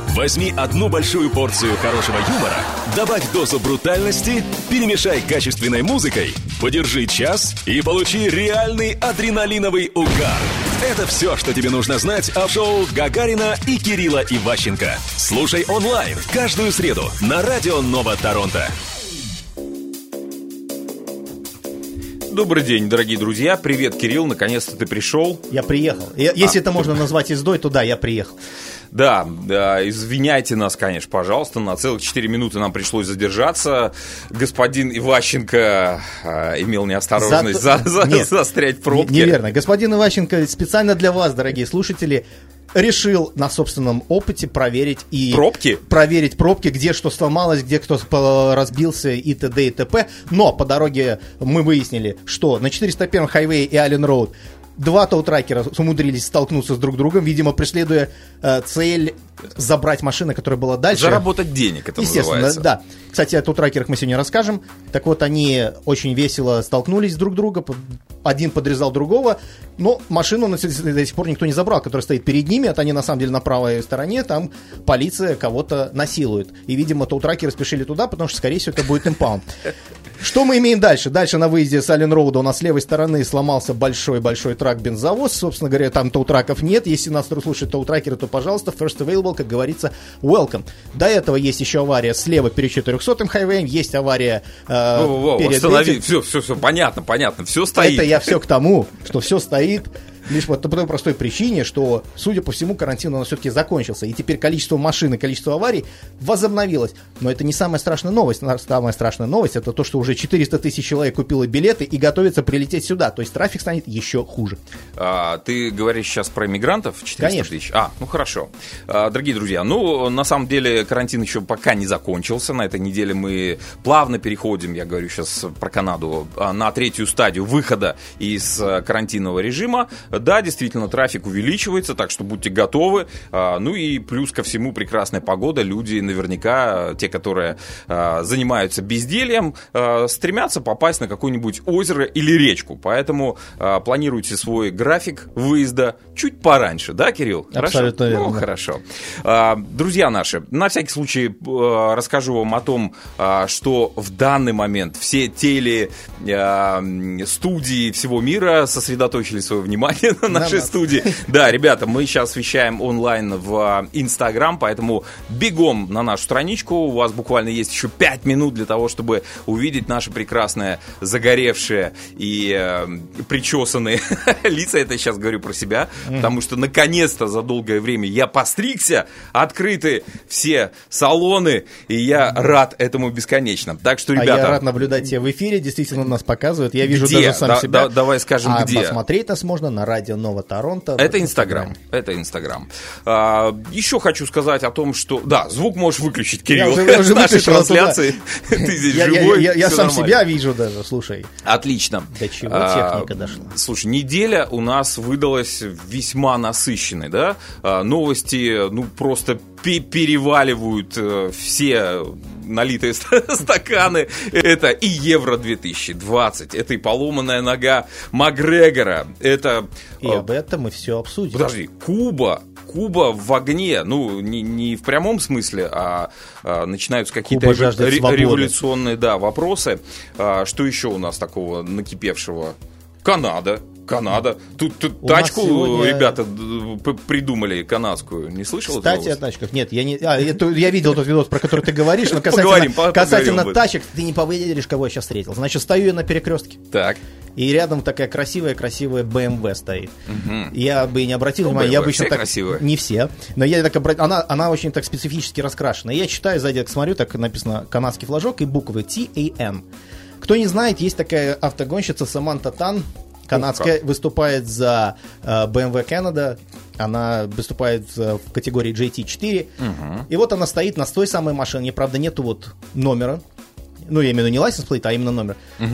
Возьми одну большую порцию хорошего юмора, добавь дозу брутальности, перемешай качественной музыкой, подержи час и получи реальный адреналиновый угар. Это все, что тебе нужно знать о шоу Гагарина и Кирилла Иващенко. Слушай онлайн каждую среду на Радио Нова Торонто. Добрый день, дорогие друзья. Привет, Кирилл, наконец-то ты пришел. Я приехал. Если это можно назвать ездой, то да, я приехал. Да, извиняйте нас, конечно, пожалуйста, на целых 4 минуты нам пришлось задержаться. Господин Иващенко имел неосторожность застрять в пробке. Неверно. Господин Иващенко специально для вас, дорогие слушатели, решил на собственном опыте проверить пробки, где что сломалось, где кто разбился и т.д. и т.п. Но по дороге мы выяснили, что на 401-м хайвее и Аллен-Роуд два тоу-тракера умудрились столкнуться с друг другом, видимо, преследуя цель забрать машину, которая была дальше. Заработать денег, это называется. Да. Кстати, о тоу-тракерах мы сегодня расскажем. Так вот, они очень весело столкнулись друг друга, один подрезал другого, но машину до сих пор никто не забрал, которая стоит перед ними, это они на самом деле на правой стороне, там полиция кого-то насилует. И, видимо, тоу-тракеры спешили туда, потому что, скорее всего, это будет импаунд. Что мы имеем дальше? Дальше на выезде с Аллен-Роуда у нас с левой стороны сломался большой-большой трак-бензовоз. Собственно говоря, там тоу-траков нет. Если нас слушают тоу-тракеры, то, пожалуйста, first available, как говорится, welcome. До этого есть еще авария слева перед 400-м хайвеем, есть авария перед... Останови, все, понятно, все стоит. Это я все к тому, что все стоит. Лишь по той простой причине, что, судя по всему, карантин у нас все-таки закончился. И теперь количество машин и количество аварий возобновилось. Но это не самая страшная новость. Самая страшная новость — это то, что уже 400 тысяч человек купило билеты и готовятся прилететь сюда. То есть трафик станет еще хуже. Ты говоришь сейчас про мигрантов? 400 Конечно. тысяч? Ну хорошо. Дорогие друзья, на самом деле карантин еще пока не закончился. На этой неделе мы плавно переходим, я говорю сейчас про Канаду, на третью стадию выхода из карантинного режима. Да, действительно, трафик увеличивается, так что будьте готовы. Ну и плюс ко всему прекрасная погода. Люди наверняка, те, которые занимаются бездельем, стремятся попасть на какое-нибудь озеро или речку. Поэтому планируйте свой график выезда чуть пораньше. Да, Кирилл? Абсолютно верно. Ну, хорошо. Друзья наши, на всякий случай расскажу вам о том, что в данный момент все телестудии всего мира сосредоточили свое внимание на нашей студии. Да, ребята, мы сейчас вещаем онлайн в Инстаграм, поэтому бегом на нашу страничку. У вас буквально есть еще 5 минут для того, чтобы увидеть наши прекрасные загоревшие и причесанные лица. Это я сейчас говорю про себя, потому что наконец-то за долгое время я постригся, открыты все салоны, и я рад этому бесконечно. Так что, ребята... я рад наблюдать тебя в эфире, действительно нас показывают. Я вижу где? Даже сам себя. Давай скажем, где. Посмотреть нас можно на Радио Нова Торонто. Это Инстаграм. Еще хочу сказать о том, что... Да, звук можешь выключить, Кирилл, с нашей трансляции. Ты здесь живой. Я сам себя вижу даже, слушай. Отлично. До чего техника дошла. Слушай, неделя у нас выдалась весьма насыщенной, да? Новости, просто переваливают все налитые стаканы. Это и Евро 2020, это и поломанная нога Макгрегора, это... И об этом мы все обсудим. Подожди, Куба в огне, не в прямом смысле, а начинаются какие-то революционные вопросы. Что еще у нас такого накипевшего? Канада. Тут тачку сегодня... ребята придумали канадскую. Не слышал? Кстати, о тачках. Нет, я видел тот видос, про который ты говоришь, но касательно тачек, ты не поверишь, кого я сейчас встретил. Значит, стою я на перекрестке. Так. И рядом такая красивая BMW стоит. Угу. Я бы и не обратил внимания. Я обычно все так... красивые. Не все. Но я так она очень так специфически раскрашена. И я читаю, сзади смотрю, так написано канадский флажок и буквы TAN. Кто не знает, есть такая автогонщица Саманта Тан. Канадская, выступает за BMW Canada, она выступает в категории GT4. И вот она стоит на той самой машине, правда нету номера, я имею в виду не license plate, а именно номер.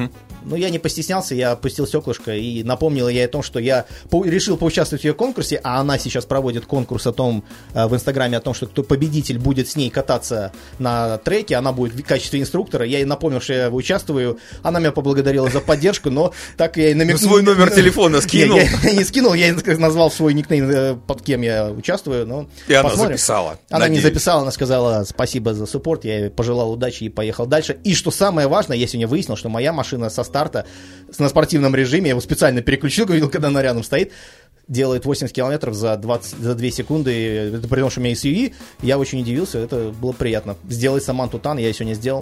Но я не постеснялся, я опустил стеклышко и напомнил ей о том, что я решил поучаствовать в ее конкурсе, а она сейчас проводит конкурс в Инстаграме о том, что кто победитель будет с ней кататься на треке, она будет в качестве инструктора. Я ей напомнил, что я участвую, она меня поблагодарила за поддержку, но так я и намекнул. Свой номер телефона скинул. Я не скинул, я назвал свой никнейм, под кем я участвую, но и она записала. Она не записала, она сказала спасибо за суппорт, я ей пожелал удачи и поехал дальше. И что самое важное, я сегодня выяснил, что моя машина со старта на спортивном режиме, я его специально переключил, увидел, когда она рядом стоит, делает 80 километров за 2 секунды, это при том, что у меня SUV, я очень удивился, это было приятно. Сделать Саманту Тан я сегодня сделал.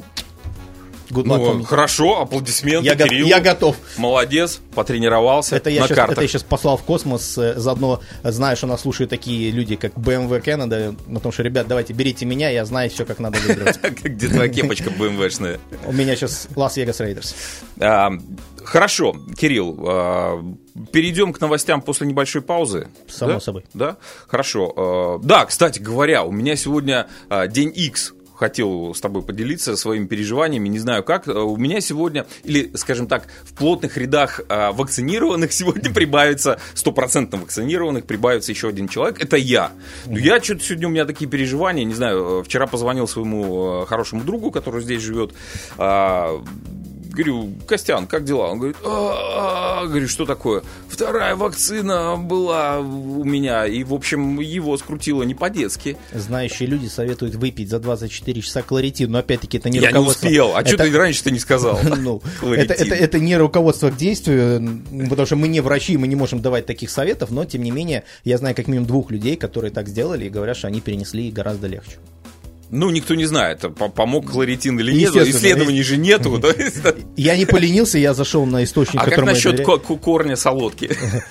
Хорошо, аплодисменты, Кирилл. Я готов. Молодец, потренировался это на картах. Это я сейчас послал в космос, заодно, знаешь, у нас слушают такие люди, как BMW Canada, потому что, ребят, давайте, берите меня, я знаю все, как надо выиграть. Где твоя кепочка BMW-шная? У меня сейчас Las-Vegas Raiders. Хорошо, Кирилл, перейдем к новостям после небольшой паузы. Само собой. Да? Хорошо. Да, кстати говоря, у меня сегодня день X. Хотел с тобой поделиться своими переживаниями, не знаю как. У меня сегодня, или, скажем так, в плотных рядах вакцинированных сегодня прибавится, 100% вакцинированных, прибавится еще один человек. Это я. Но я что-то сегодня, у меня такие переживания, не знаю, вчера позвонил своему хорошему другу, который здесь живет. Говорю, Костян, как дела? Он говорит, говорю, что такое? Вторая вакцина была у меня, и, в общем, его скрутило не по-детски. Знающие люди советуют выпить за 24 часа кларитин, но, опять-таки, это не руководство. Я не успел, что ты раньше-то не сказал? Это не руководство к действию, потому что мы не врачи, мы не можем давать таких советов, но, тем не менее, я знаю как минимум 2 людей, которые так сделали, и говорят, что они перенесли гораздо легче. Ну, никто не знает, помог кларитин или нет, исследований же нету. Я не поленился, я зашел на источник, а как насчет корня солодки?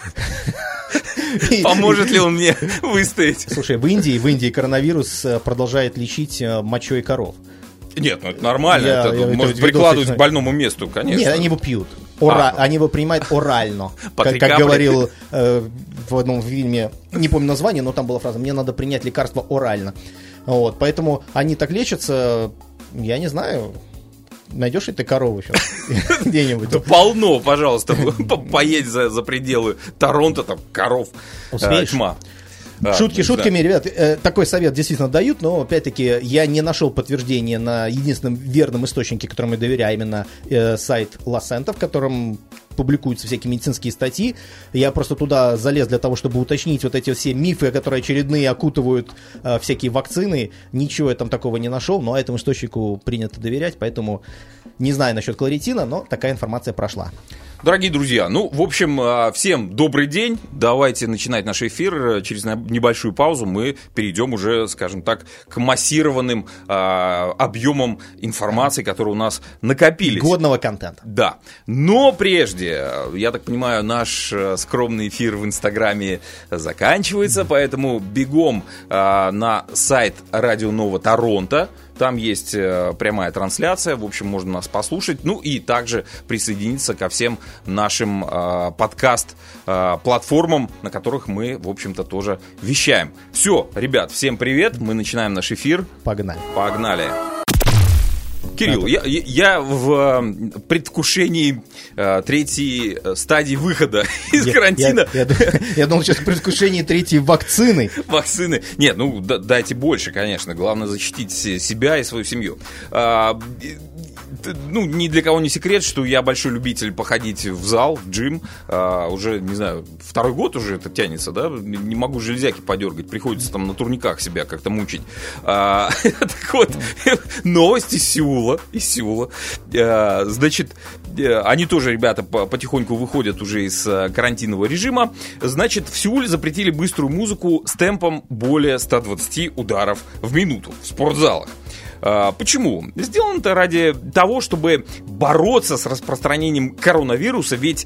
Поможет ли он мне выстоять? Слушай, в Индии коронавирус продолжает лечить мочой коров. Нет, ну это нормально, это может прикладывать к больному месту, конечно. Нет, они его пьют. Они его принимают орально. Как говорил в одном фильме, не помню название, но там была фраза: «Мне надо принять лекарство орально». Вот, поэтому они так лечатся, я не знаю, найдешь ли ты корову сейчас где-нибудь? Да полно, пожалуйста, поедь за пределы Торонто, там коров тьма. Шутки шутками, ребят, такой совет действительно дают, но, опять-таки, я не нашел подтверждения на единственном верном источнике, которому я доверяю, а именно сайт Ласента, в котором публикуются всякие медицинские статьи. Я просто туда залез для того, чтобы уточнить вот эти все мифы, которые очередные окутывают всякие вакцины. Ничего я там такого не нашел, но этому источнику принято доверять, поэтому не знаю насчет кларитина, но такая информация прошла. Дорогие друзья, ну, в общем, всем добрый день. Давайте начинать наш эфир. Через небольшую паузу мы перейдем уже, скажем так, к массированным объемам информации, которые у нас накопились. Годного контента. Да. Но прежде, я так понимаю, наш скромный эфир в Инстаграме заканчивается, поэтому бегом на сайт Радио Нова Торонто. Там есть прямая трансляция, в общем, можно нас послушать, ну и также присоединиться ко всем нашим подкаст-платформам, на которых мы, в общем-то, тоже вещаем. Все, ребят, всем привет, мы начинаем наш эфир. Погнали. Погнали. Кирилл, я в предвкушении третьей стадии выхода из карантина. Я думал, сейчас в предвкушении третьей вакцины. Вакцины. Нет, ну дайте больше, конечно. Главное защитить себя и свою семью. Ну, ни для кого не секрет, что я большой любитель походить в зал, в джим. Уже, не знаю, 2-й год уже это тянется, да? Не могу железяки подергать. Приходится там на турниках себя как-то мучить. Так вот, новость из Сеула. Значит, они тоже, ребята, потихоньку выходят уже из карантинного режима. Значит, в Сеуле запретили быструю музыку с темпом более 120 ударов в минуту в спортзалах. Почему? Сделано это ради того, чтобы бороться с распространением коронавируса, ведь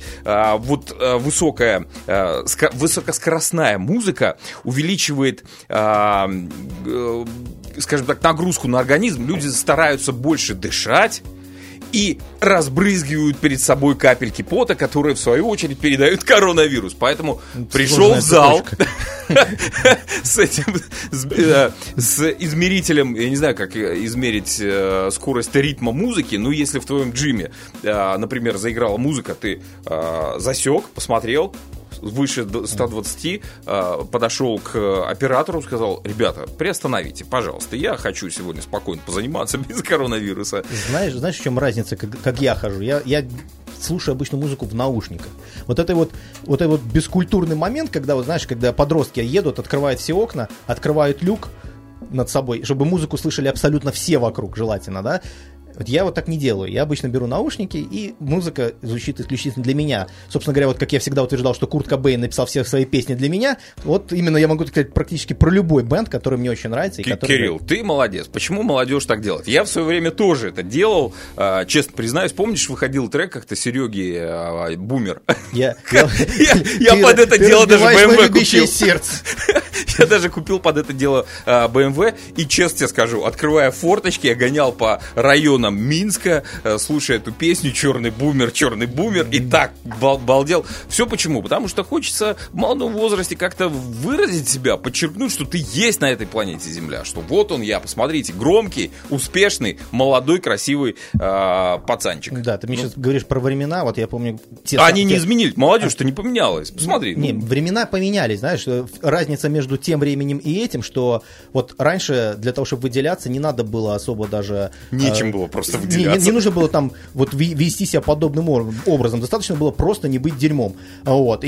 высокоскоростная музыка увеличивает, скажем так, нагрузку на организм, люди стараются больше дышать, и разбрызгивают перед собой капельки пота, которые в свою очередь передают коронавирус. Поэтому пришел в зал с измерителем, я не знаю, как измерить скорость ритма музыки, но если в твоем джиме, например, заиграла музыка, ты засек, посмотрел, выше 120, подошел к оператору, сказал: ребята, приостановите, пожалуйста, я хочу сегодня спокойно позаниматься без коронавируса. Знаешь, в чем разница, как я хожу? Я слушаю обычно музыку в наушниках. Вот это вот бескультурный момент, когда, вот знаешь, когда подростки едут, открывают все окна, открывают люк над собой, чтобы музыку слышали абсолютно все вокруг, желательно, да? Вот я вот так не делаю. Я обычно беру наушники, и музыка звучит исключительно для меня. Собственно говоря, вот как я всегда утверждал, что Курт Кобейн написал все свои песни для меня, вот именно я могу сказать практически про любой бенд, который мне очень нравится. Кирилл, ты молодец. Почему молодежь так делает? Я в свое время тоже это делал. Честно признаюсь, помнишь, выходил трек как-то Сереги «Бумер»? Я под это дело даже BMW купил. Я даже купил под это дело BMW, и честно тебе скажу, открывая форточки, я гонял по районам Минска, слушая эту песню «Черный бумер», и так балдел. Все почему? Потому что хочется в молодом возрасте как-то выразить себя, подчеркнуть, что ты есть на этой планете Земля, что вот он я, посмотрите, громкий, успешный, молодой, красивый пацанчик. Да, ты мне сейчас говоришь про времена, вот я помню... Они не изменились, молодежь-то не поменялась, посмотри. Не, времена поменялись, знаешь, разница между тем временем и этим, что вот раньше для того, чтобы выделяться, не надо было особо даже... Нечем было просто выделяться. Не нужно было там вот вести себя подобным образом. Достаточно было просто не быть дерьмом. Вот.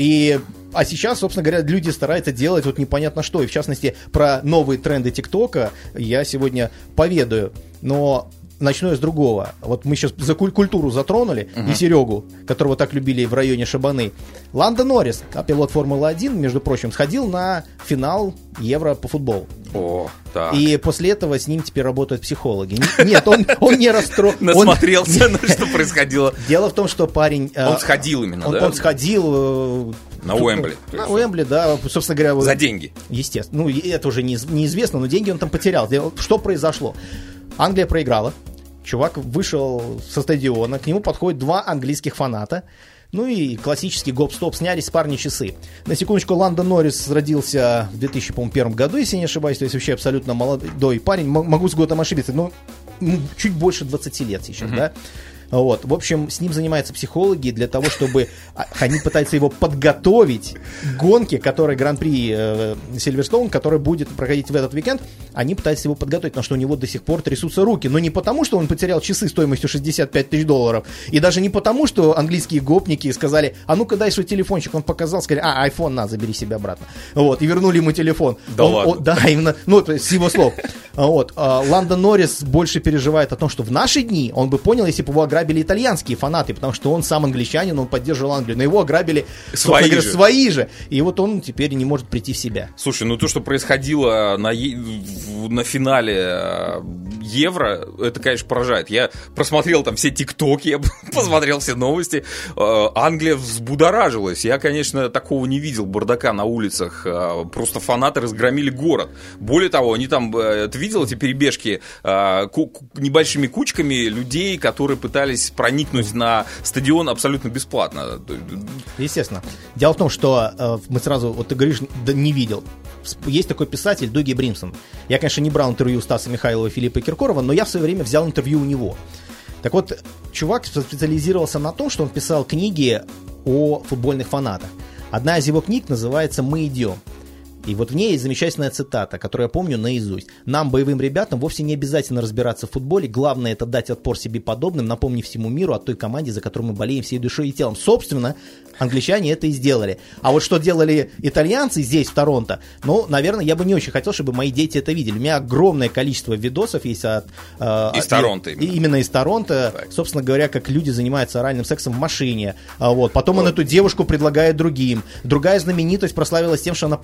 А сейчас, собственно говоря, люди стараются делать вот непонятно что. И в частности, про новые тренды ТикТока я сегодня поведаю. Но начну я с другого. Вот мы сейчас за культуру затронули, и Серегу, которого так любили в районе Шабаны. Ландо Норрис, пилот Формулы-1, между прочим, сходил на финал Евро по футболу. О, так. И после этого с ним теперь работают психологи. Нет, он не расстроен. Насмотрелся, на что происходило. Дело в том, что парень... Он сходил именно, да? Он сходил... На Уэмбли. На Уэмбли, да, собственно говоря... За деньги. Естественно. Ну, это уже неизвестно, но деньги он там потерял. Что произошло? Англия проиграла. Чувак вышел со стадиона, к нему подходят два английских фаната. Ну и классический гоп-стоп, снялись с парня часы. На секундочку, Ландо Норрис родился в 2001 году, если не ошибаюсь, то есть вообще абсолютно молодой парень. Могу с годом ошибиться, но чуть больше 20 лет сейчас, да? Вот. В общем, с ним занимаются психологи для того, чтобы они пытаются его подготовить к гонке, которая Гран-при Сильверстоун, которая будет проходить в этот уикенд. Они пытаются его подготовить, потому что у него до сих пор трясутся руки. Но не потому, что он потерял часы стоимостью $65 тысяч. И даже не потому, что английские гопники сказали: а ну-ка дай свой телефончик. Он показал, сказали: iPhone, на, забери себе обратно. Вот. И вернули ему телефон. Да ладно? Да, именно, ну, то есть с его слов. Вот. Ландо Норрис больше переживает о том, что в наши дни он бы понял, если бы его ограбили итальянские фанаты, потому что он сам англичанин, он поддерживал Англию, но его ограбили свои же. И вот он теперь не может прийти в себя. Слушай, ну то, что происходило на финале Евро, это, конечно, поражает. Я просмотрел там все тиктоки, я посмотрел все новости. Англия взбудоражилась. Я, конечно, такого не видел, бардака на улицах. Просто фанаты разгромили город. Более того, они там, ты видел эти перебежки небольшими кучками людей, которые пытались проникнуть на стадион абсолютно бесплатно. Естественно. Дело в том, что мы сразу, вот ты говоришь, да, не видел. Есть такой писатель Дуги Бримсон. Я, конечно, не брал интервью у Стаса Михайлова и Филиппа Киркорова, но я в свое время взял интервью у него. Так вот, чувак специализировался на том, что он писал книги о футбольных фанатах. Одна из его книг называется «Мы идем». И вот в ней есть замечательная цитата, которую я помню наизусть. «Нам, боевым ребятам, вовсе не обязательно разбираться в футболе. Главное — это дать отпор себе подобным, напомнив всему миру о той команде, за которую мы болеем всей душой и телом». Собственно, англичане это и сделали. А вот что делали итальянцы здесь, в Торонто, ну, наверное, я бы не очень хотел, чтобы мои дети это видели. У меня огромное количество видосов есть из Торонто. Именно из Торонто, так. Собственно говоря, как люди занимаются оральным сексом в машине. Вот. Потом он эту девушку предлагает другим. Другая знаменитость прославилась тем, что она обнажала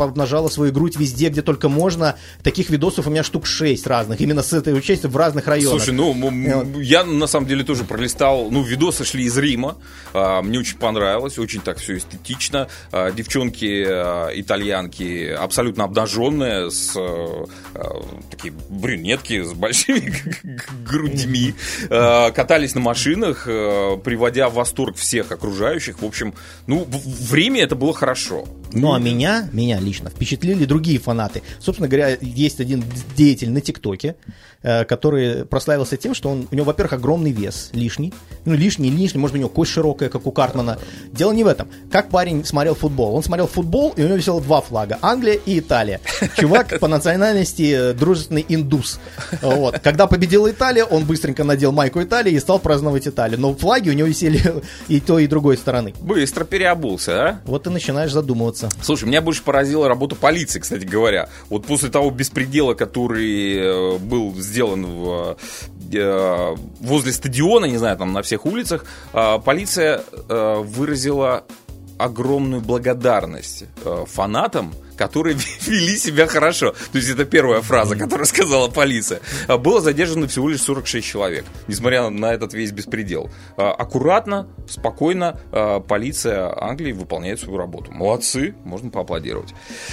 показала свою грудь везде, где только можно. Таких видосов у меня штук 6 разных, именно с этой участием в разных районах. Слушай, я на самом деле тоже пролистал, видосы шли из Рима, мне очень понравилось, очень так все эстетично, девчонки, итальянки абсолютно обнаженные, такие брюнетки с большими грудьми, катались на машинах, приводя в восторг всех окружающих. В общем, в Риме это было хорошо. Ну, а меня лично впечатлили другие фанаты. Собственно говоря, есть один деятель на ТикТоке, который прославился тем, что у него, во-первых, огромный вес, лишний, может быть, у него кость широкая, как у Картмана. Дело не в этом. Как парень смотрел футбол? Он смотрел футбол, и у него висело 2 флага: Англия и Италия. Чувак по национальности дружественный индус. Вот. Когда победила Италия, он быстренько надел майку Италии и стал праздновать Италию. Но флаги у него висели и той, и другой стороны. Быстро переобулся, а? Вот ты начинаешь задумываться. Слушай, меня больше поразила работа полиции, кстати говоря. Вот после того беспредела, который был сделан возле стадиона, не знаю, там на всех улицах, полиция выразила огромную благодарность фанатам, которые вели себя хорошо. То есть это первая фраза, которую сказала полиция. Было задержано всего лишь 46 человек, несмотря на этот весь беспредел. Аккуратно, спокойно полиция Англии выполняет свою работу. Молодцы, можно поаплодировать.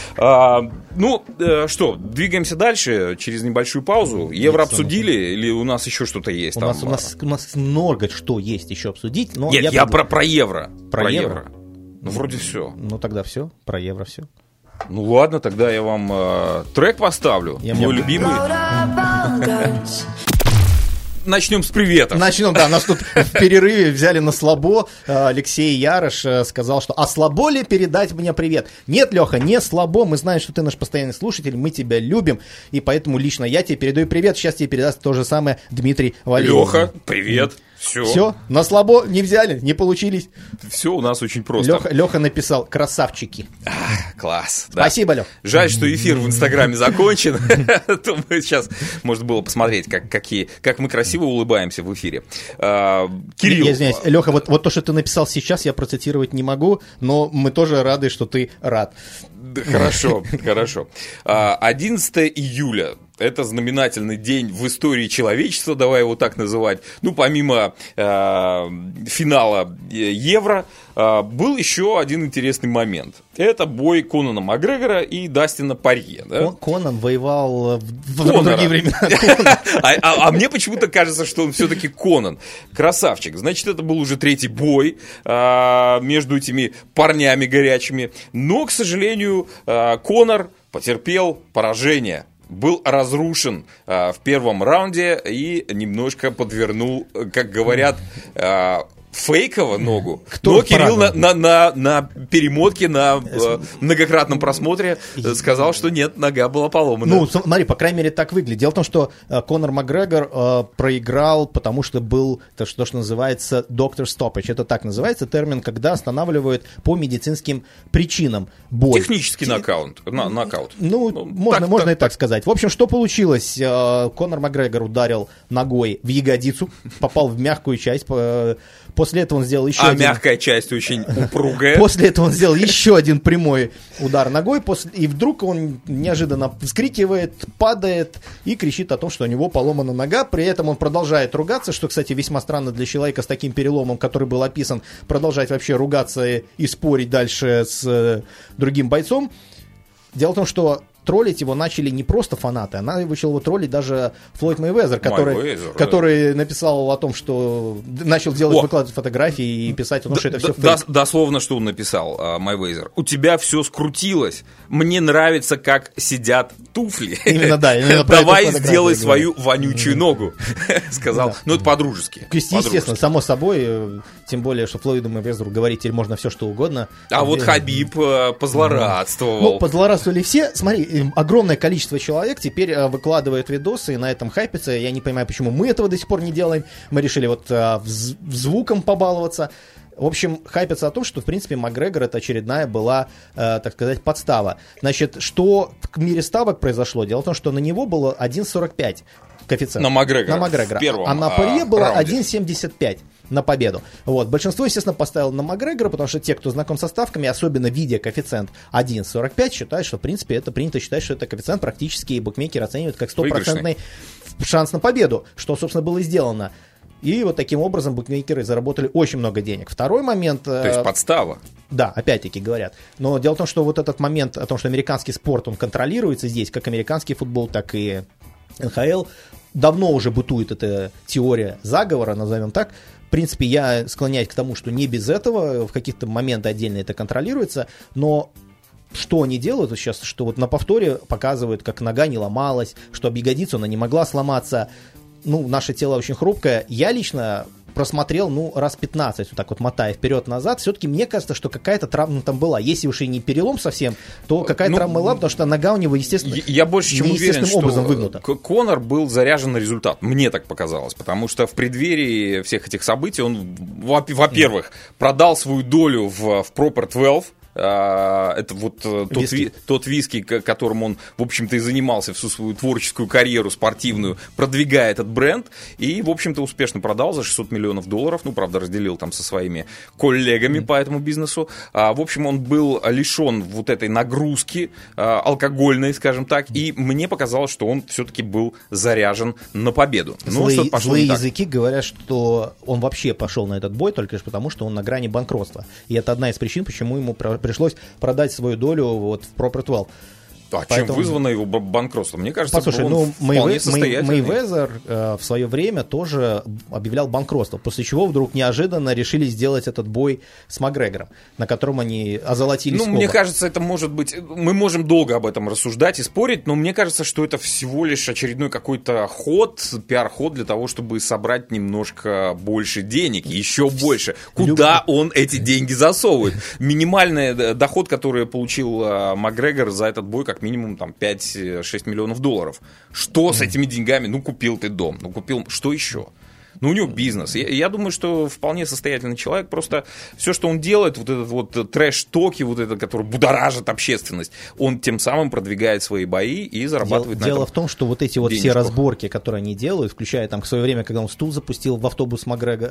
Что, двигаемся дальше через небольшую паузу. Евро обсудили или у нас еще что-то есть? У нас много что есть еще обсудить. Но нет, я про евро. Про евро? Вроде все. Тогда все, про евро все. Ладно, тогда я вам трек поставлю. Мой любимый. Начнем с приветов. Да, нас тут в перерыве взяли на слабо. Алексей Ярош сказал, что «А слабо ли передать мне привет?» Нет, Леха, не слабо. Мы знаем, что ты наш постоянный слушатель, мы тебя любим, и поэтому лично я тебе передаю привет. Сейчас тебе передаст то же самое Дмитрий Валерьевич. Леха, привет. Все, на слабо не взяли, не получились. Все у нас очень просто. Леха написал «Красавчики». Класс. Спасибо, Лех. Жаль, что эфир в Инстаграме закончен. То мы сейчас можно было посмотреть, как мы красиво улыбаемся в эфире. Кирилл. Я извиняюсь, Леха, вот то, что ты написал сейчас, я процитировать не могу, но мы тоже рады, что ты рад. Хорошо. 11 июля. Это знаменательный день в истории человечества, давай его так называть. Помимо финала Евро, был еще один интересный момент. Это бой Конора Макгрегора и Дастина Порье. Да? Конан воевал в другие времена. А мне почему-то кажется, что он все-таки Конан. Красавчик. Значит, это был уже 3-й бой между этими парнями горячими. Но, к сожалению, Конор потерпел поражение. Был разрушен в первом раунде и немножко подвернул, как говорят, фейково ногу. Но Кирилл на перемотке, на многократном просмотре сказал, что нет, нога была поломана. Смотри, по крайней мере, так выглядит. Дело в том, что Конор Макгрегор проиграл, потому что был то, что называется doctor stoppage. Это так называется термин, когда останавливают по медицинским причинам бой. Технический нокаут. Можно и так сказать. В общем, что получилось? Конор Макгрегор ударил ногой в ягодицу, попал в мягкую часть. После этого он сделал еще один... мягкая часть очень упругая. После этого он сделал еще один прямой удар ногой, и вдруг он неожиданно вскрикивает, падает и кричит о том, что у него поломана нога. При этом он продолжает ругаться, что, кстати, весьма странно для человека с таким переломом, который был описан, продолжать вообще ругаться и спорить дальше с другим бойцом. Дело в том, что троллить его начали не просто фанаты, начал его троллить даже Флойд Мейвезер, который написал о том, что начал выкладывать фотографии и писать о том, что это все фейк. Дословно, что он написал, Мейвезер. У тебя все скрутилось. Мне нравится, как сидят туфли. Именно давай сделай свою вонючую ногу, сказал. Это по-дружески. Естественно, само собой, тем более, что Флойду Мейвезеру говорить теперь можно все, что угодно. А вот Хабиб позлорадствовал. Позлорадствовали все. Смотри, огромное количество человек теперь выкладывают видосы и на этом хайпится. Я не понимаю, почему мы этого до сих пор не делаем. Мы решили звуком побаловаться. В общем, хайпится о том, что, в принципе, Макгрегор это очередная была, так сказать, подстава. Значит, что в мире ставок произошло? Дело в том, что на него было 1,45 коэффициент. На Макгрегора. А на Порье было 1,75. на победу. Вот. Большинство, естественно, поставило на Макгрегора, потому что те, кто знаком со ставками, особенно видя коэффициент 1.45, считают, что, в принципе, это принято считать, что это коэффициент практически букмекеры оценивают как 100% шанс на победу, что, собственно, было и сделано. И вот таким образом букмекеры заработали очень много денег. Второй момент... То есть подстава. Да, опять-таки говорят. Но дело в том, что вот этот момент о том, что американский спорт, он контролируется здесь, как американский футбол, так и НХЛ, давно уже бытует эта теория заговора, назовем так. В принципе, я склоняюсь к тому, что не без этого, в каких-то моменты отдельно это контролируется, но что они делают сейчас, что вот на повторе показывают, как нога не ломалась, что об ягодицу она не могла сломаться. Ну, наше тело очень хрупкое. Я лично просмотрел, раз 15, вот так вот мотая вперед-назад. Все-таки мне кажется, что какая-то травма там была. Если уж и не перелом совсем, то какая-то травма была, потому что нога у него, естественно, я больше чем уверен, что образом выгнута. Конор был заряжен на результат. Мне так показалось. Потому что в преддверии всех этих событий он, во-первых, продал свою долю в Proper 12. Это вот тот виски, которым он, в общем-то, и занимался всю свою творческую карьеру спортивную, продвигая этот бренд, и, в общем-то, успешно продал за $600 миллионов. Правда, разделил там со своими коллегами по этому бизнесу. В общем, он был лишен вот этой нагрузки алкогольной, скажем так, и мне показалось, что он все-таки был заряжен на победу. Злые языки говорят, что он вообще пошел на этот бой только лишь потому, что он на грани банкротства. И это одна из причин, почему ему пришлось продать свою долю вот в Proper 12. Чем вызвано его банкротство? Мне кажется, послушай, он вполне состоятельный. Мейвезер в свое время тоже объявлял банкротство, после чего вдруг неожиданно решили сделать этот бой с Макгрегором, на котором они озолотились оба. Мне кажется, это может быть... Мы можем долго об этом рассуждать и спорить, но мне кажется, что это всего лишь очередной какой-то пиар-ход для того, чтобы собрать немножко больше денег, еще больше. Куда он эти деньги засовывает? Минимальный доход, который получил Макгрегор за этот бой, как минимум там 5-6 миллионов долларов. Что с этими деньгами? Купил ты дом, купил... Что еще? У него бизнес. Я думаю, что вполне состоятельный человек. Просто все, что он делает, вот этот вот трэш-токи, вот этот, который будоражит общественность, он тем самым продвигает свои бои и зарабатывает на этом. Дело в том, что вот эти вот все разборки, которые они делают, включая там в свое время, когда он стул запустил в автобус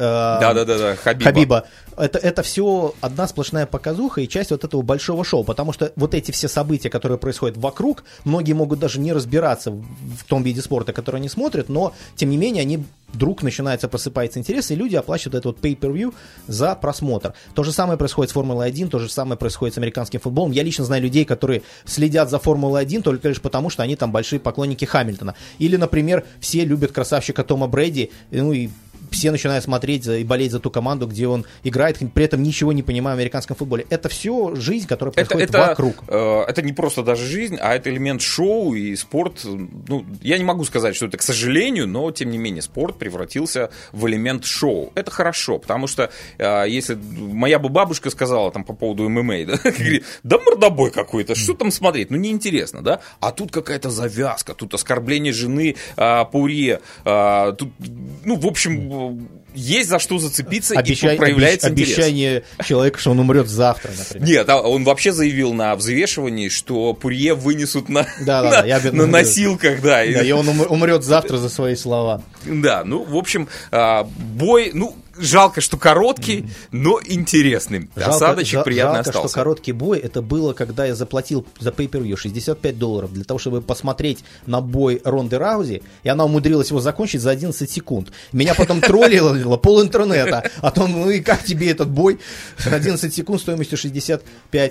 Хабиба, это все одна сплошная показуха и часть вот этого большого шоу. Потому что вот эти все события, которые происходят вокруг, многие могут даже не разбираться в том виде спорта, который они смотрят, но тем не менее они вдруг просыпается интерес, и люди оплачивают этот вот pay-per-view за просмотр. То же самое происходит с Формулой-1, то же самое происходит с американским футболом. Я лично знаю людей, которые следят за Формулой-1 только лишь потому, что они там большие поклонники Хамильтона. Или, например, все любят красавчика Тома Брэди, и все начинают смотреть и болеть за ту команду, где он играет, при этом ничего не понимая в американском футболе. Это все жизнь, которая происходит вокруг. Это не просто даже жизнь, а это элемент шоу и спорт. Я не могу сказать, что это к сожалению, но тем не менее спорт превратился в элемент шоу. Это хорошо, потому что если моя бы бабушка сказала там по поводу ММА, говорит, да мордобой какой-то, что там смотреть, неинтересно, да? А тут какая-то завязка, тут оскорбление жены Пурье, тут, в общем, есть за что зацепиться, и проявляется интерес. Обещание человека, что он умрет завтра, например. Нет, он вообще заявил на взвешивании, что Пурье вынесут на носилках. Да, и он умрет завтра за свои слова. Да, в общем, бой... Жалко, что короткий, но интересный. Осадочек приятный остался. Жалко, что короткий бой. Это было, когда я заплатил за pay-per-view $65 для того, чтобы посмотреть на бой Ронды Раузи, и она умудрилась его закончить за 11 секунд. Меня потом троллило пол интернета о том, и как тебе этот бой 11 секунд стоимостью $65.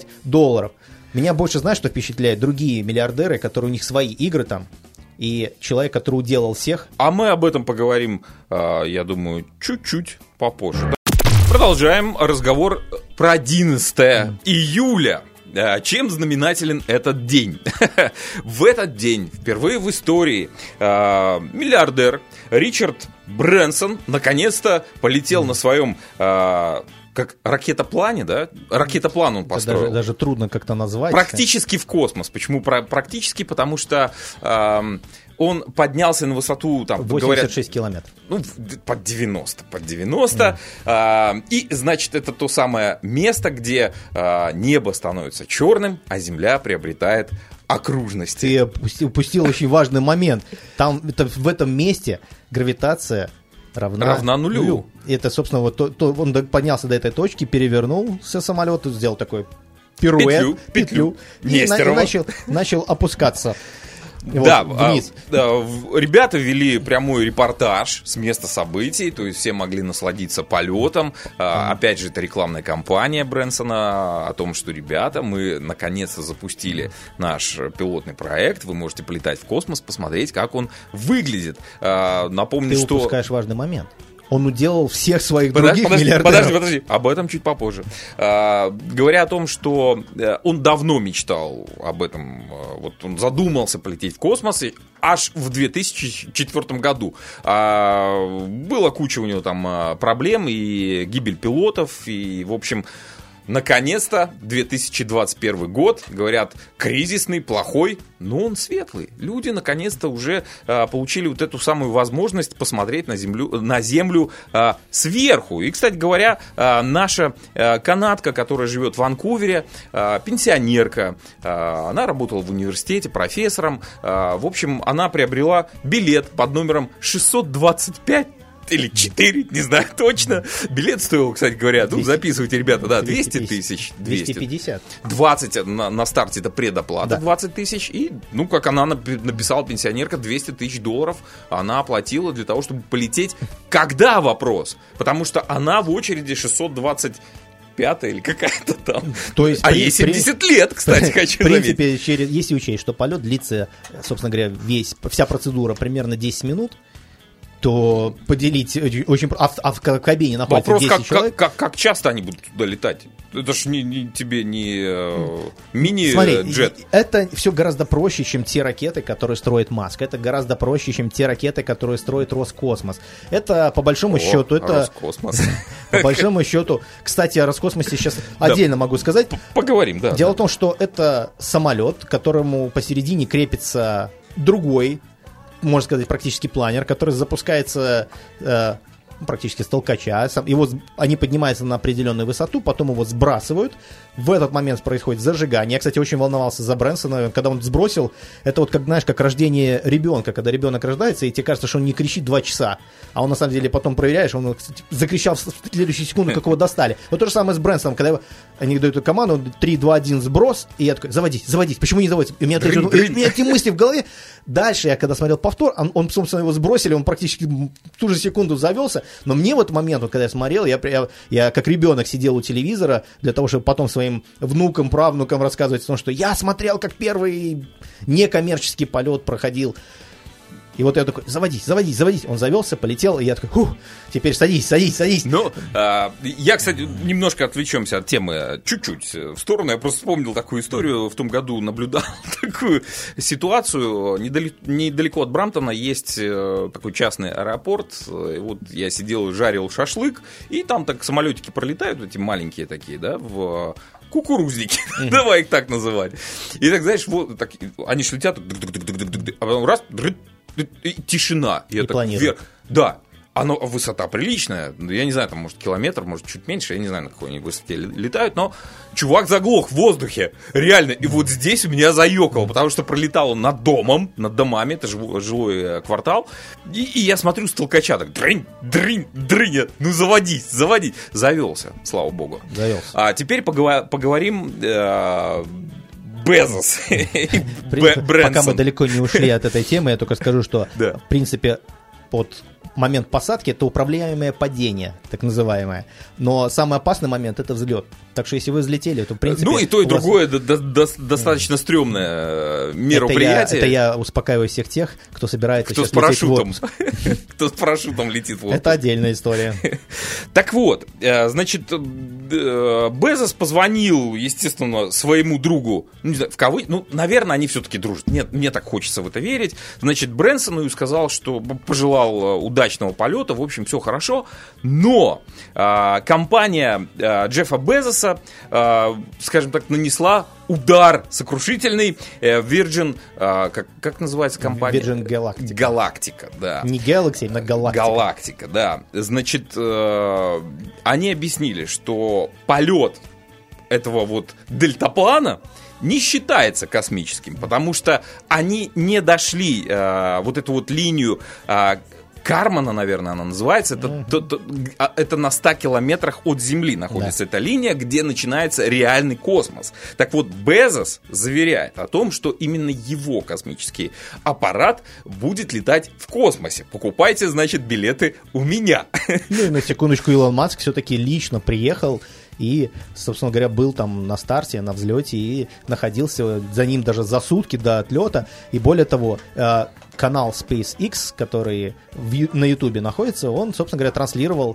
Меня больше, знаешь, что впечатляет? Другие миллиардеры, которые у них свои игры там, и человек, который уделал всех. А мы об этом поговорим, я думаю, чуть-чуть попозже. Продолжаем разговор про 11 июля. Чем знаменателен этот день? В этот день впервые в истории миллиардер Ричард Брэнсон наконец-то полетел на своем... как ракетоплане, да? Ракетоплан он построил. Даже трудно как-то назвать. Практически в космос. Почему практически? Потому что он поднялся на высоту... Там, 86 километров. Под 90. И, значит, это то самое место, где небо становится черным, а Земля приобретает окружности. Ты упустил очень важный момент. В этом месте гравитация равна нулю. Это, собственно, вот он поднялся до этой точки, перевернулся самолет, сделал такой пируэт, петлю и начал опускаться. Да, вниз. Ребята вели прямой репортаж с места событий, то есть все могли насладиться полетом. Опять же, это рекламная кампания Брэнсона о том, что, ребята, мы наконец-то запустили наш пилотный проект, вы можете полетать в космос, посмотреть, как он выглядит. Напомню, Ты упускаешь важный момент. Он уделал всех своих других миллиардеров. Подожди, об этом чуть попозже. Говоря о том, что он давно мечтал об этом, вот он задумался полететь в космос, и аж в 2004 году. Была куча у него там проблем, и гибель пилотов, и, в общем... Наконец-то 2021 год, говорят, кризисный, плохой, но он светлый. Люди наконец-то уже получили вот эту самую возможность посмотреть на Землю сверху. И, кстати говоря, наша канадка, которая живет в Ванкувере, пенсионерка, она работала в университете профессором. В общем, она приобрела билет под номером 625 или 4, не знаю точно. Билет стоил, кстати говоря, 200, записывайте, ребята, да, 200 тысяч. 250. 20 на старте это предоплата, да. 20 тысяч. И, ну, как она написала, пенсионерка, 200 тысяч долларов она оплатила для того, чтобы полететь. Когда вопрос? Потому что она в очереди 625 или какая-то там. То есть, ей 70 лет, кстати, хочу заметить. В принципе, если учесть, что полет длится, собственно говоря, вся процедура примерно 10 минут, то поделить очень... А в кабине находится 10 человек. Как часто они будут туда летать? Это ж тебе не мини-джет. Смотри, это все гораздо проще, чем те ракеты, которые строит Маск. Это гораздо проще, чем те ракеты, которые строит Роскосмос. Это, по большому счету... Роскосмос. По большому счету... Кстати, о Роскосмосе сейчас отдельно могу сказать. Поговорим, да. Дело в том, что это самолет, к которому посередине крепится другой, можно сказать, практически планер, который запускается практически с толкача. Они поднимаются на определенную высоту, потом его сбрасывают. В этот момент происходит зажигание. Я, кстати, очень волновался за Брэнсона, когда он сбросил. Это вот, как, знаешь, как рождение ребенка, когда ребенок рождается, и тебе кажется, что он не кричит 2 часа. А он, на самом деле, потом проверяешь, он, кстати, закричал в следующую секунду, как его достали. Вот то же самое с Брэнсоном, когда они дают эту команду, 3, 2, 1, сброс, и я такой, заводись. Почему не заводится? И у меня эти мысли в голове. Дальше я, когда смотрел повтор, он собственно, его сбросили, он практически в ту же секунду завелся. Но мне в этот момент, вот, когда я смотрел, я как ребенок сидел у телевизора для того, чтобы потом своим внукам, правнукам рассказывать о том, что я смотрел, как первый некоммерческий полет проходил. И вот я такой, заводись. Он завелся, полетел, и я такой, теперь садись. Ну, я, кстати, немножко отвлечемся от темы чуть-чуть в сторону. Я просто вспомнил такую историю. В том году наблюдал такую ситуацию. Недалеко от Брамптона есть такой частный аэропорт. И вот я сидел, жарил шашлык, и там так самолетики пролетают, эти маленькие такие, да, в... кукурузники, давай их так называть. И так, знаешь, вот так, они ж летят, а потом раз, и тишина. И так вверх. Да. Высота приличная, я не знаю, там, может, километр, может, чуть меньше, я не знаю, на какой они высоте летают, но чувак заглох в воздухе, реально, и вот здесь у меня заёкало, потому что пролетал он над домами, это жилой квартал, и я смотрю с толкача, так, дрынь, ну заводись, завелся, слава богу. Завелся. А теперь поговорим... Безос. Пока мы далеко не ушли от этой темы, я только скажу, что, в принципе, под момент посадки это управляемое падение, так называемое. Но самый опасный момент это взлет. Так что если вы взлетели, то в принципе... Ну и то, и другое достаточно стрёмное мероприятие. Это я успокаиваю всех тех, кто собирается сейчас лететь в отпуск. Кто с парашютом летит в отпуск. Это отдельная история. Так вот, значит, Безос позвонил, естественно, своему другу, не знаю, наверное, они все-таки дружат. Нет, мне так хочется в это верить. Значит, Брэнсону и сказал, что пожелал удачного полета, в общем, все хорошо. Но компания Джеффа Безоса, скажем так, нанесла удар сокрушительный Virgin, как называется компания? Virgin Galactic. Galactica, да. Не Galaxy, а Galactica. Galactica, да. Значит, они объяснили, что полет этого вот дельтаплана не считается космическим, потому что они не дошли вот эту вот линию Кармана, наверное, она называется. Это на 100 километрах от Земли находится эта линия, где начинается реальный космос. Так вот, Безос заверяет о том, что именно его космический аппарат будет летать в космосе. Покупайте, значит, билеты у меня. Ну и на секундочку, Илон Маск все-таки лично приехал и, собственно говоря, был там на старте, на взлете и находился за ним даже за сутки до отлета. И более того, канал SpaceX, который на Ютубе находится, он, собственно говоря, транслировал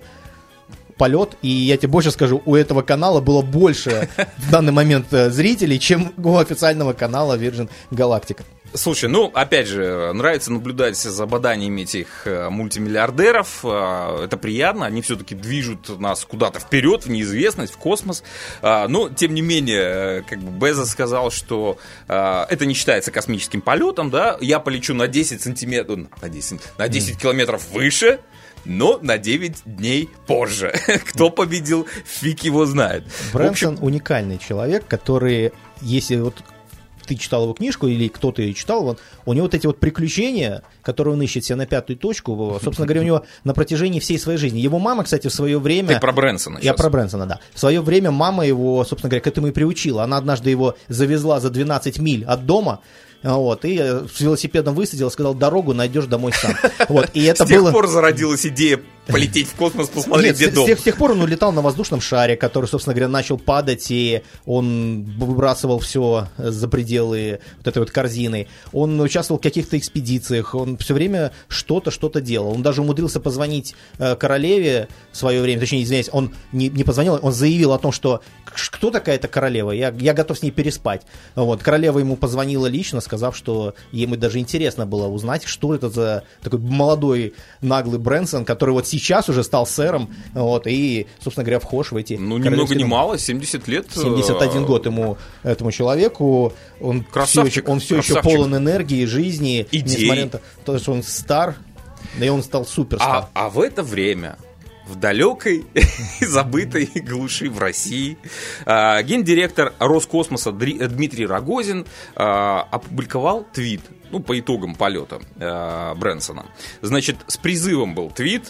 полет, и я тебе больше скажу, у этого канала было больше в данный момент зрителей, чем у официального канала Virgin Galactic. Слушай, ну, опять же, нравится наблюдать за баданиями этих мультимиллиардеров. Это приятно, они все-таки движут нас куда-то вперед, в неизвестность, в космос. Но, тем не менее, как бы Безос сказал, что это не считается космическим полетом, да, я полечу на 10 сантиметров, на 10 километров выше, но на 9 дней позже. Кто победил, фиг его знает. Брэнсон уникальный человек, который, если вот ты читал его книжку или кто-то ее читал, вот, у него вот эти вот приключения, которые он ищет себе на пятую точку, собственно говоря, у него на протяжении всей своей жизни. Его мама, кстати, в свое время... Ты про Брэнсона сейчас. Я про Брэнсона, да. В свое время мама его, собственно говоря, к этому и приучила. Она однажды его завезла за 12 миль от дома, вот, и с велосипедом высадила, сказал, дорогу найдешь домой сам. Вот, и это с тех пор зародилась идея полететь в космос, посмотреть, где дом. С тех пор он летал на воздушном шаре, который, собственно говоря, начал падать, и он выбрасывал все за пределы вот этой вот корзины. Он участвовал в каких-то экспедициях, он все время что-то делал. Он даже умудрился позвонить королеве в свое время, точнее, извиняюсь, он не позвонил, он заявил о том, что кто такая эта королева, я готов с ней переспать. Вот. Королева ему позвонила лично, сказав, что ему даже интересно было узнать, что это за такой молодой наглый Брэнсон, который вот сейчас уже стал сэром, вот, и, собственно говоря, вхож в эти... Ну, ни много ни мало, 70 лет. 71 год этому человеку. Он красавчик, все еще полон энергии, жизни. Идей. Несмотря на то, что он стар, и он стал суперстар. А в это время... В далекой и забытой глуши в России гендиректор Роскосмоса Дмитрий Рогозин опубликовал твит, ну, по итогам полета Брэнсона. Значит, с призывом был твит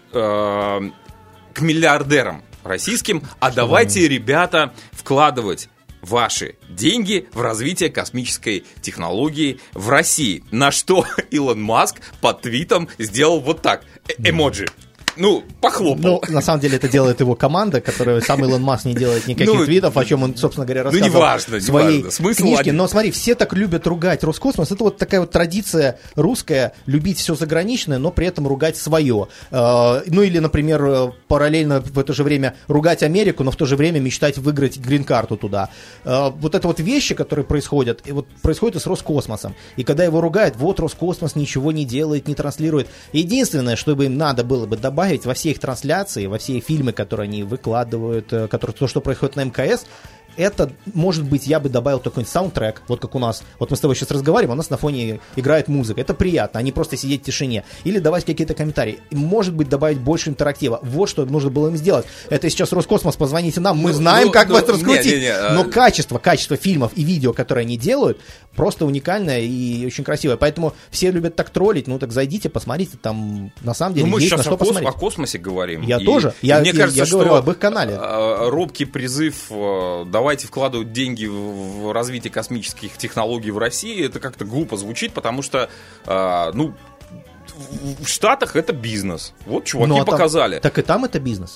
к миллиардерам российским: а давайте, ребята, вкладывать ваши деньги в развитие космической технологии в России. На что Илон Маск под твитом сделал вот так, эмоджи. Ну, похлопал. Ну, на самом деле это делает его команда, которая сам Илон Маск не делает никаких твитов, о чем он, собственно говоря, рассказывал в своей книжке. Но смотри, все так любят ругать Роскосмос. Это вот такая вот традиция русская, любить все заграничное, но при этом ругать свое. Ну или, например, параллельно в это же время ругать Америку, но в то же время мечтать выиграть грин-карту туда. Вот это вот вещи, которые происходят, и вот происходят и с Роскосмосом. И когда его ругают, вот Роскосмос ничего не делает, не транслирует. Единственное, что бы им надо было бы добавить во все их трансляции, во все фильмы, которые они выкладывают, то, что происходит на МКС, это, может быть, я бы добавил такой саундтрек, вот как у нас, вот мы с тобой сейчас разговариваем, у нас на фоне играет музыка, это приятно, а не просто сидеть в тишине, или давать какие-то комментарии, может быть, добавить больше интерактива, вот что нужно было им сделать. Это сейчас Роскосмос, позвоните нам, мы знаем, как вас раскрутить, но качество фильмов и видео, которые они делают, просто уникальное и очень красивое, поэтому все любят так троллить, ну так зайдите, посмотрите, там на самом деле есть на что посмотреть. Мы сейчас о космосе говорим. Я тоже, мне кажется, я говорю об их канале. Робкий призыв, давайте вкладывать деньги в развитие космических технологий в России, это как-то глупо звучит, потому что, ну, в Штатах это бизнес. Вот чуваки показали. Так и там это бизнес.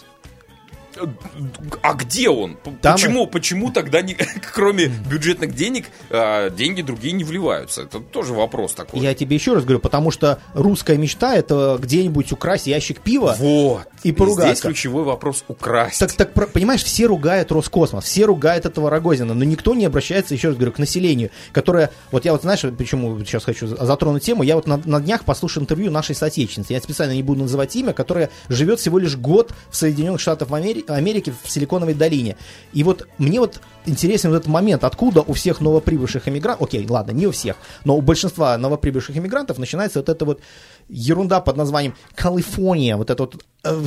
А где он? Почему тогда, кроме бюджетных денег, деньги другие не вливаются? Это тоже вопрос такой. Я тебе еще раз говорю, потому что русская мечта — это где-нибудь украсть ящик пива и поругаться. Здесь ключевой вопрос — украсть. Так, понимаешь, все ругают Роскосмос, все ругают этого Рогозина, но никто не обращается, еще раз говорю, к населению, которое... Вот я вот, знаешь, почему сейчас хочу затронуть тему, я вот на днях послушал интервью нашей соотечественницы, я специально не буду называть имя, которая живет всего лишь год в Соединенных Штатах Америки, Америки в Силиконовой долине. И вот мне вот интересен вот этот момент, откуда у всех новоприбывших иммигрантов, окей, ладно, не у всех, но у большинства новоприбывших иммигрантов начинается вот эта вот ерунда под названием Калифорния, вот это вот...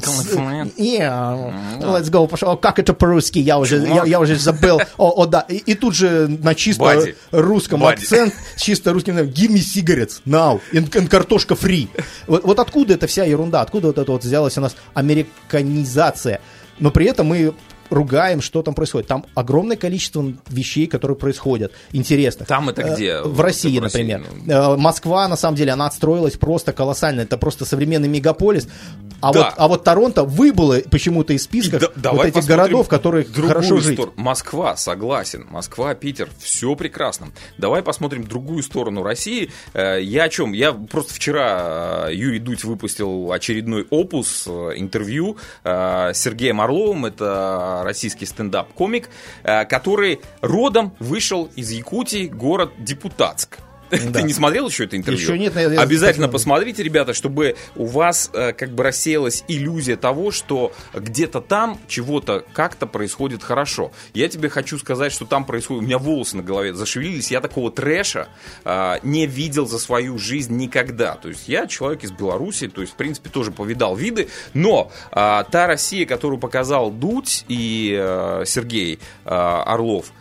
Let's go, пошел. Как это по-русски? Я уже забыл. Да. И тут же на чисто русском акцент, чисто русским, give me cigarettes now, and картошка free. Вот откуда эта вся ерунда, откуда вот это вот взялась у нас американизация. Но при этом мы ругаем, что там происходит. Там огромное количество вещей, которые происходят, интересных. Там это где? В России, например. Москва, на самом деле, она отстроилась просто колоссально. Это просто современный мегаполис. А вот Торонто выбыло почему-то из списка вот этих городов, в которых хорошо жить. Москва, согласен. Москва, Питер, все прекрасно. Давай посмотрим другую сторону России. Я о чем? Я просто вчера Юрий Дудь выпустил очередной опус, интервью с Сергеем Орловым. Это российский стендап-комик, который родом вышел из Якутии, город Депутатск. Да. Ты не смотрел еще это интервью? Еще нет. Обязательно посмотрите, ребята, чтобы у вас как бы рассеялась иллюзия того, что где-то там чего-то как-то происходит хорошо. Я тебе хочу сказать, что там происходит... У меня волосы на голове зашевелились. Я такого трэша не видел за свою жизнь никогда. То есть я человек из Беларуси, то есть в принципе тоже повидал виды. Но та Россия, которую показал Дудь и Сергей Орлов,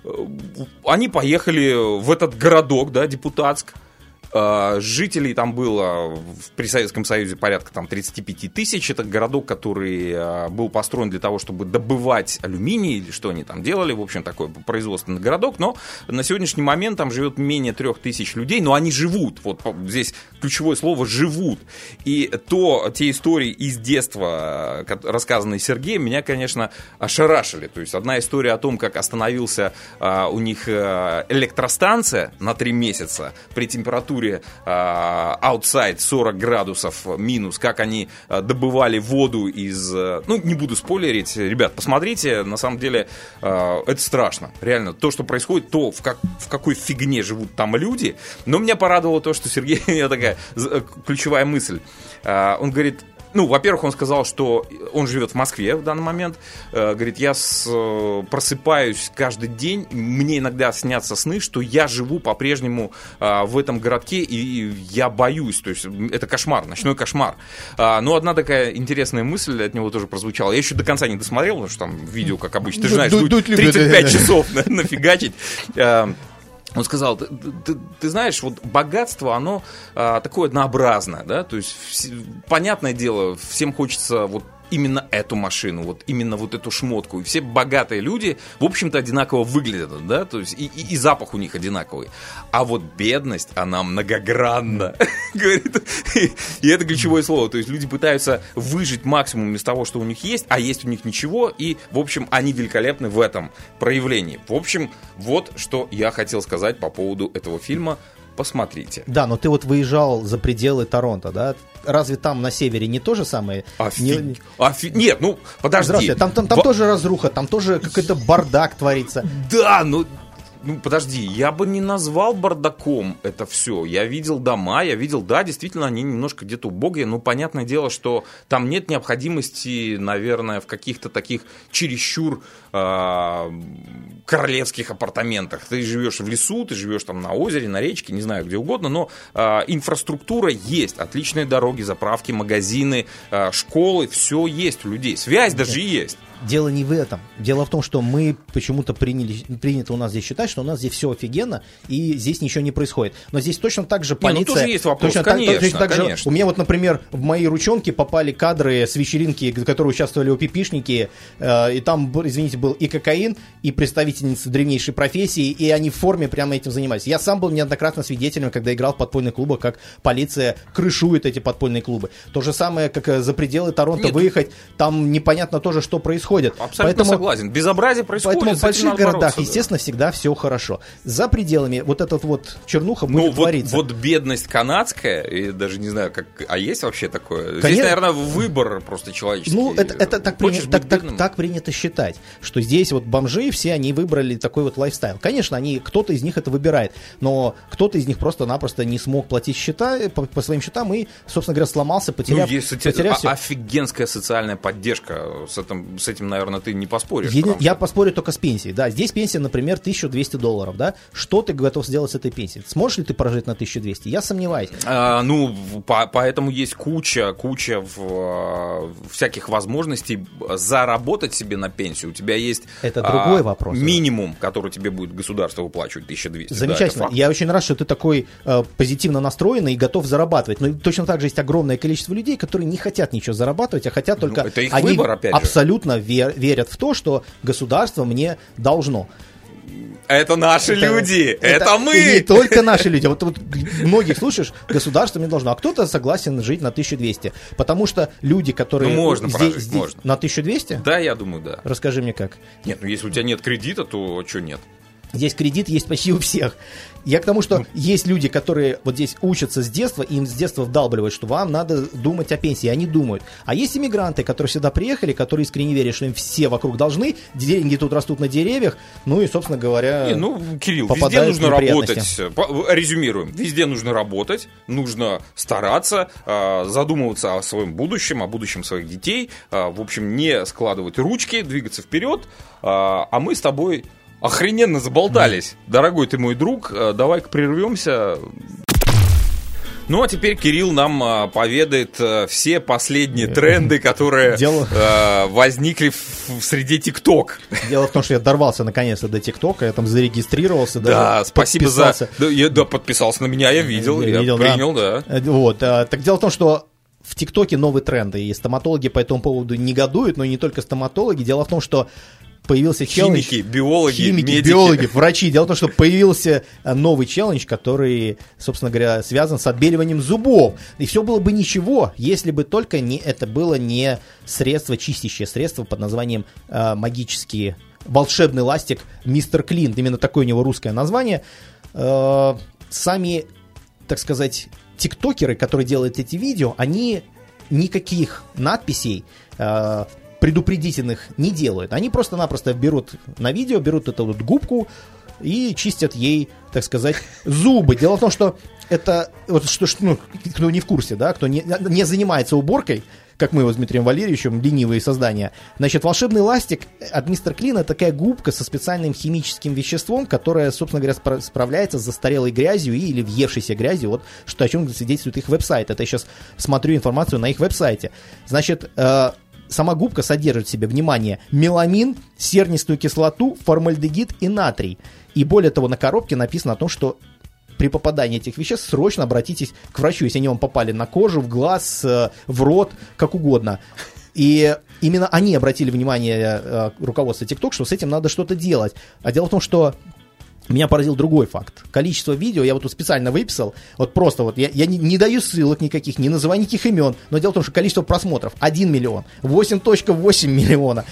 они поехали в этот городок, да, Депутатск. Жителей там было при Советском Союзе порядка там 35 тысяч. Это городок, который был построен для того, чтобы добывать алюминий, или что они там делали. В общем, такой производственный городок. Но на сегодняшний момент там живет менее 3000 людей, но они живут. Вот здесь ключевое слово «живут». И те истории из детства, рассказанные Сергеем, меня, конечно, ошарашили. То есть одна история о том, как остановился у них электростанция на 3 месяца при температуре outside 40 градусов минус, как они добывали воду из... Ну, не буду спойлерить, ребят, посмотрите, на самом деле это страшно, реально, то, что происходит, то, в какой фигне живут там люди, но меня порадовало то, что Сергей, у него такая ключевая мысль, он говорит... Ну, во-первых, он сказал, что он живет в Москве в данный момент. Говорит, я просыпаюсь каждый день, мне иногда снятся сны, что я живу по-прежнему в этом городке, и я боюсь. То есть это кошмар, ночной кошмар. Но одна такая интересная мысль от него тоже прозвучала. Я еще до конца не досмотрел, потому что там видео, как обычно, ты же знаешь, 35 часов нафигачить. Он сказал, ты знаешь, вот богатство, оно такое однообразное, да, то есть, понятное дело, всем хочется вот именно эту машину, вот именно вот эту шмотку. И все богатые люди, в общем-то, одинаково выглядят, да, то есть и запах у них одинаковый. А вот бедность, она многогранна, говорит. И это ключевое слово. То есть люди пытаются выжить максимум из того, что у них есть, а есть у них ничего, и, в общем, они великолепны в этом проявлении. В общем, вот что я хотел сказать по поводу этого фильма. Посмотрите. Да, но ты вот выезжал за пределы Торонто, да? Разве там на севере не то же самое? Нет, ну, подожди. Здравствуйте, там тоже разруха, там тоже какой-то бардак творится. Да, ну, подожди, я бы не назвал бардаком это все. Я видел дома, да, действительно, они немножко где-то убогие, но понятное дело, что там нет необходимости, наверное, в каких-то таких чересчур королевских апартаментах. Ты живешь в лесу, ты живешь там на озере, на речке, не знаю, где угодно, но инфраструктура есть, отличные дороги, заправки, магазины, школы, все есть у людей, связь даже есть. Дело не в этом. Дело в том, что мы почему-то принято у нас здесь считать, что у нас здесь все офигенно, и здесь ничего не происходит. Но здесь точно так же полиция... тоже есть вопрос, конечно. У меня вот, например, в мои ручонки попали кадры с вечеринки, в которой участвовали ОППшники, и там, извините, был и кокаин, и представительницы древнейшей профессии, и они в форме прямо этим занимались. Я сам был неоднократно свидетелем, когда играл в подпольные клубы, как полиция крышует эти подпольные клубы. То же самое, как за пределы Торонто выехать, там непонятно тоже, что происходит. Абсолютно согласен. Безобразие происходит. Поэтому в больших городах, естественно, всегда все хорошо. За пределами вот этот вот чернуха будет твориться. Вот бедность канадская, и даже не знаю, как... А есть вообще такое? Здесь, наверное, выбор просто человеческий. Ну, это так принято считать, что здесь вот бомжи, все они выбрали такой вот лайфстайл. Конечно, кто-то из них это выбирает, но кто-то из них просто-напросто не смог платить счета по своим счетам и, собственно говоря, сломался, потеряв есть все. Офигенская социальная поддержка с этим, наверное, ты не поспоришь. Я поспорю только с пенсией. Да, здесь пенсия, например, $1200, да? Что ты готов сделать с этой пенсией? Сможешь ли ты прожить на 1200? Я сомневаюсь. Поэтому есть куча всяких возможностей заработать себе на пенсию. У тебя есть это другой вопрос. Минимум, который тебе будет государство выплачивать, 1200. Замечательно. Да, я очень рад, что ты такой позитивно настроенный и готов зарабатывать. Но точно так же есть огромное количество людей, которые не хотят ничего зарабатывать, а хотят только... это их выбор, опять же. Абсолютно верят в то, что государство мне должно. Это наши люди, это мы. И не только наши люди. Вот многих слушаешь, государство мне должно. А кто-то согласен жить на 1200. Потому что люди, которые... можно прожить, можно. На 1200? Да, я думаю, да. Расскажи мне как. Нет, если у тебя нет кредита, то что нет? Здесь кредит есть почти у всех. Я к тому, что есть люди, которые вот здесь учатся с детства, и им с детства вдалбливают, что вам надо думать о пенсии, они думают. А есть иммигранты, которые сюда приехали, которые искренне верят, что им все вокруг должны, деньги тут растут на деревьях, ну и, собственно говоря, Кирилл, везде нужно работать. Резюмируем. Везде нужно работать, нужно стараться, задумываться о своем будущем, о будущем своих детей, в общем, не складывать ручки, двигаться вперед, а мы с тобой... Охрененно заболтались. Дорогой ты мой друг, давай-ка прервемся. Ну, а теперь Кирилл нам поведает все последние тренды, которые возникли в среде ТикТок. Дело в том, что я дорвался наконец-то до ТикТока, я там зарегистрировался. Да, спасибо подписался. Подписался на меня, я видел, принял, да. Вот, так дело в том, что в ТикТоке новые тренды, и стоматологи по этому поводу негодуют, но и не только стоматологи. Дело в том, что появился челлендж... Химики, медики. Биологи, врачи. Дело в том, что появился новый челлендж, который, собственно говоря, связан с отбеливанием зубов. И все было бы ничего, если бы только это было не средство, чистящее средство под названием магические волшебный ластик Мистер Клин. Именно такое у него русское название. Сами, так сказать, тиктокеры, которые делают эти видео, они никаких надписей предупредительных не делают. Они просто-напросто берут на видео, берут эту вот губку и чистят ей, так сказать, зубы. Дело в том, что это, вот, кто не в курсе, да, кто не занимается уборкой, как мы его с Дмитрием Валерьевичем, ленивые создания. Значит, волшебный ластик от Мистер Клина такая губка со специальным химическим веществом, которое, собственно говоря, справляется с застарелой грязью или въевшейся грязью, вот что, о чем свидетельствует их веб-сайт. Это я сейчас смотрю информацию на их веб-сайте. Значит, сама губка содержит в себе, внимание, меламин, сернистую кислоту, формальдегид и натрий. И более того, на коробке написано о том, что при попадании этих веществ срочно обратитесь к врачу, если они вам попали на кожу, в глаз, в рот, как угодно. И именно они обратили внимание руководства TikTok, что с этим надо что-то делать. А дело в том, что меня поразил другой факт. Количество видео я вот тут специально выписал. Вот просто вот я не даю ссылок никаких, не называю никаких имен. Но дело в том, что количество просмотров 1 миллион, 8.8 миллиона,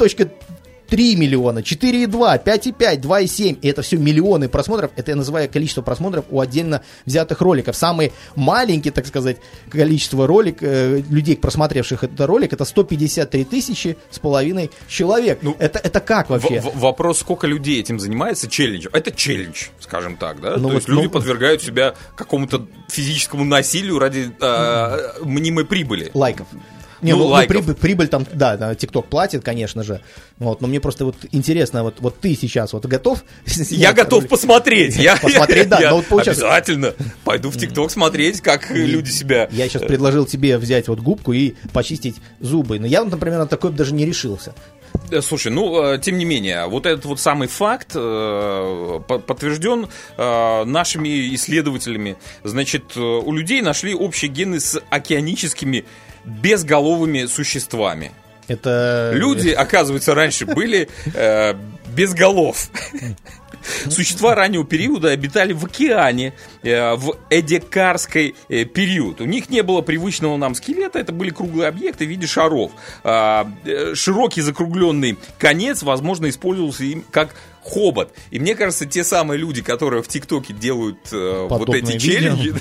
3.3 миллиона, 4.2, 5.5, 2.7. И это все миллионы просмотров. Это я называю количество просмотров у отдельно взятых роликов. Самый маленький, так сказать, количество людей, просмотревших этот ролик, это 153 тысячи с половиной человек. Ну, это как вообще? Вопрос, сколько людей этим занимается челленджем. Это челлендж, скажем так, да? То есть люди подвергают себя какому-то физическому насилию ради мнимой прибыли. Лайков. Прибыль там, да, TikTok платит, конечно же. Вот, но мне просто вот интересно, вот ты сейчас вот готов? Я готов посмотреть. Посмотреть, да. Обязательно. Пойду в TikTok смотреть, как люди себя... Я сейчас предложил тебе взять вот губку и почистить зубы. Но я, например, на такое даже не решился. Слушай, тем не менее, вот этот вот самый факт подтвержден нашими исследователями. Значит, у людей нашли общие гены с океаническими безголовыми существами. Люди, оказывается, раньше были без голов. Существа раннего периода обитали в океане в эдикарский период. У них не было привычного нам скелета, это были круглые объекты в виде шаров. Широкий закругленный конец, возможно, использовался им как хобот. И мне кажется, те самые люди, которые в ТикТоке делают вот эти челленджи,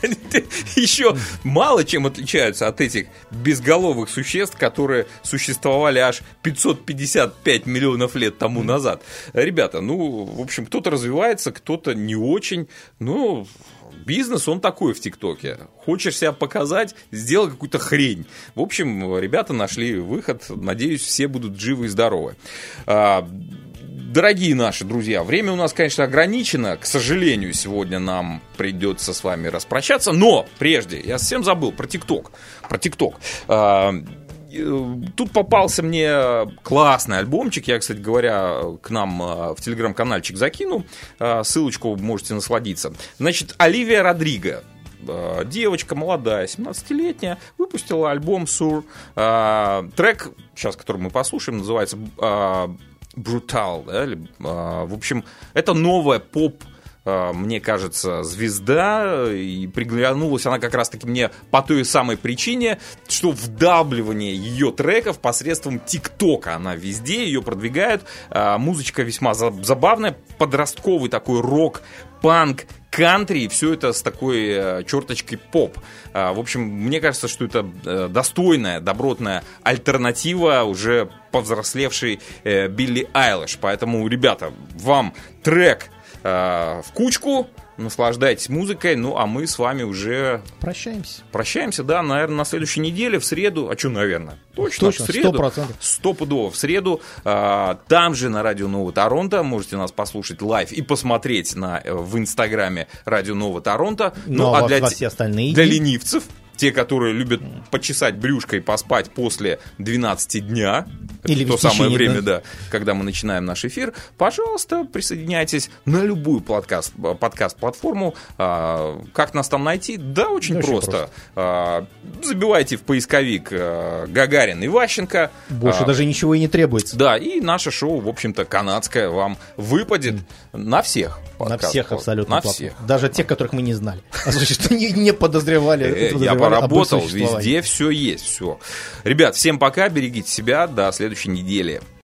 еще мало чем отличаются от этих безголовых существ, которые существовали аж 555 миллионов лет тому назад. Ребята, в общем, кто-то развивается, кто-то не очень, бизнес, он такой в ТикТоке. Хочешь себя показать, сделай какую-то хрень. В общем, ребята нашли выход. Надеюсь, все будут живы и здоровы. Дорогие наши друзья, время у нас, конечно, ограничено. К сожалению, сегодня нам придется с вами распрощаться. Но прежде, я совсем забыл про ТикТок. Тут попался мне классный альбомчик. Я, кстати говоря, к нам в телеграм-канальчик закину. Ссылочку можете насладиться. Значит, Оливия Родриго. Девочка молодая, 17-летняя, выпустила альбом Sur. Трек, сейчас, который мы послушаем, называется Brutal. Да? В общем, это новая поп, мне кажется, звезда, и приглянулась она как раз-таки мне по той самой причине, что вдавливание ее треков посредством ТикТока, она везде, ее продвигают, музычка весьма забавная, подростковый такой рок, панк, кантри, и все это с такой черточкой поп. В общем, мне кажется, что это достойная, добротная альтернатива уже повзрослевшей Билли Айлиш. Поэтому, ребята, вам трек в кучку, наслаждайтесь музыкой, ну а мы с вами уже прощаемся, да, наверное, на следующей неделе, в среду, а что, наверное, точно в среду, 100%. Стопудово в среду, там же на Радио Нова Торонто, можете нас послушать лайв и посмотреть в инстаграме Радио Нова Торонто, ну а для все остальные для ленивцев, те, которые любят почесать брюшко и поспать после 12 дня, или то самое время, да, когда мы начинаем наш эфир, пожалуйста, присоединяйтесь на любую подкаст-платформу. Как нас там найти? Да, очень просто. Забивайте в поисковик Гагарин и Ващенко. Больше даже ничего и не требуется. Да, и наше шоу, в общем-то, канадское вам выпадет на всех. На всех абсолютно. На всех. Даже тех, которых мы не знали. Что не подозревали. Я поработал, везде все есть. Все. Ребят, всем пока, берегите себя, до следующей недели.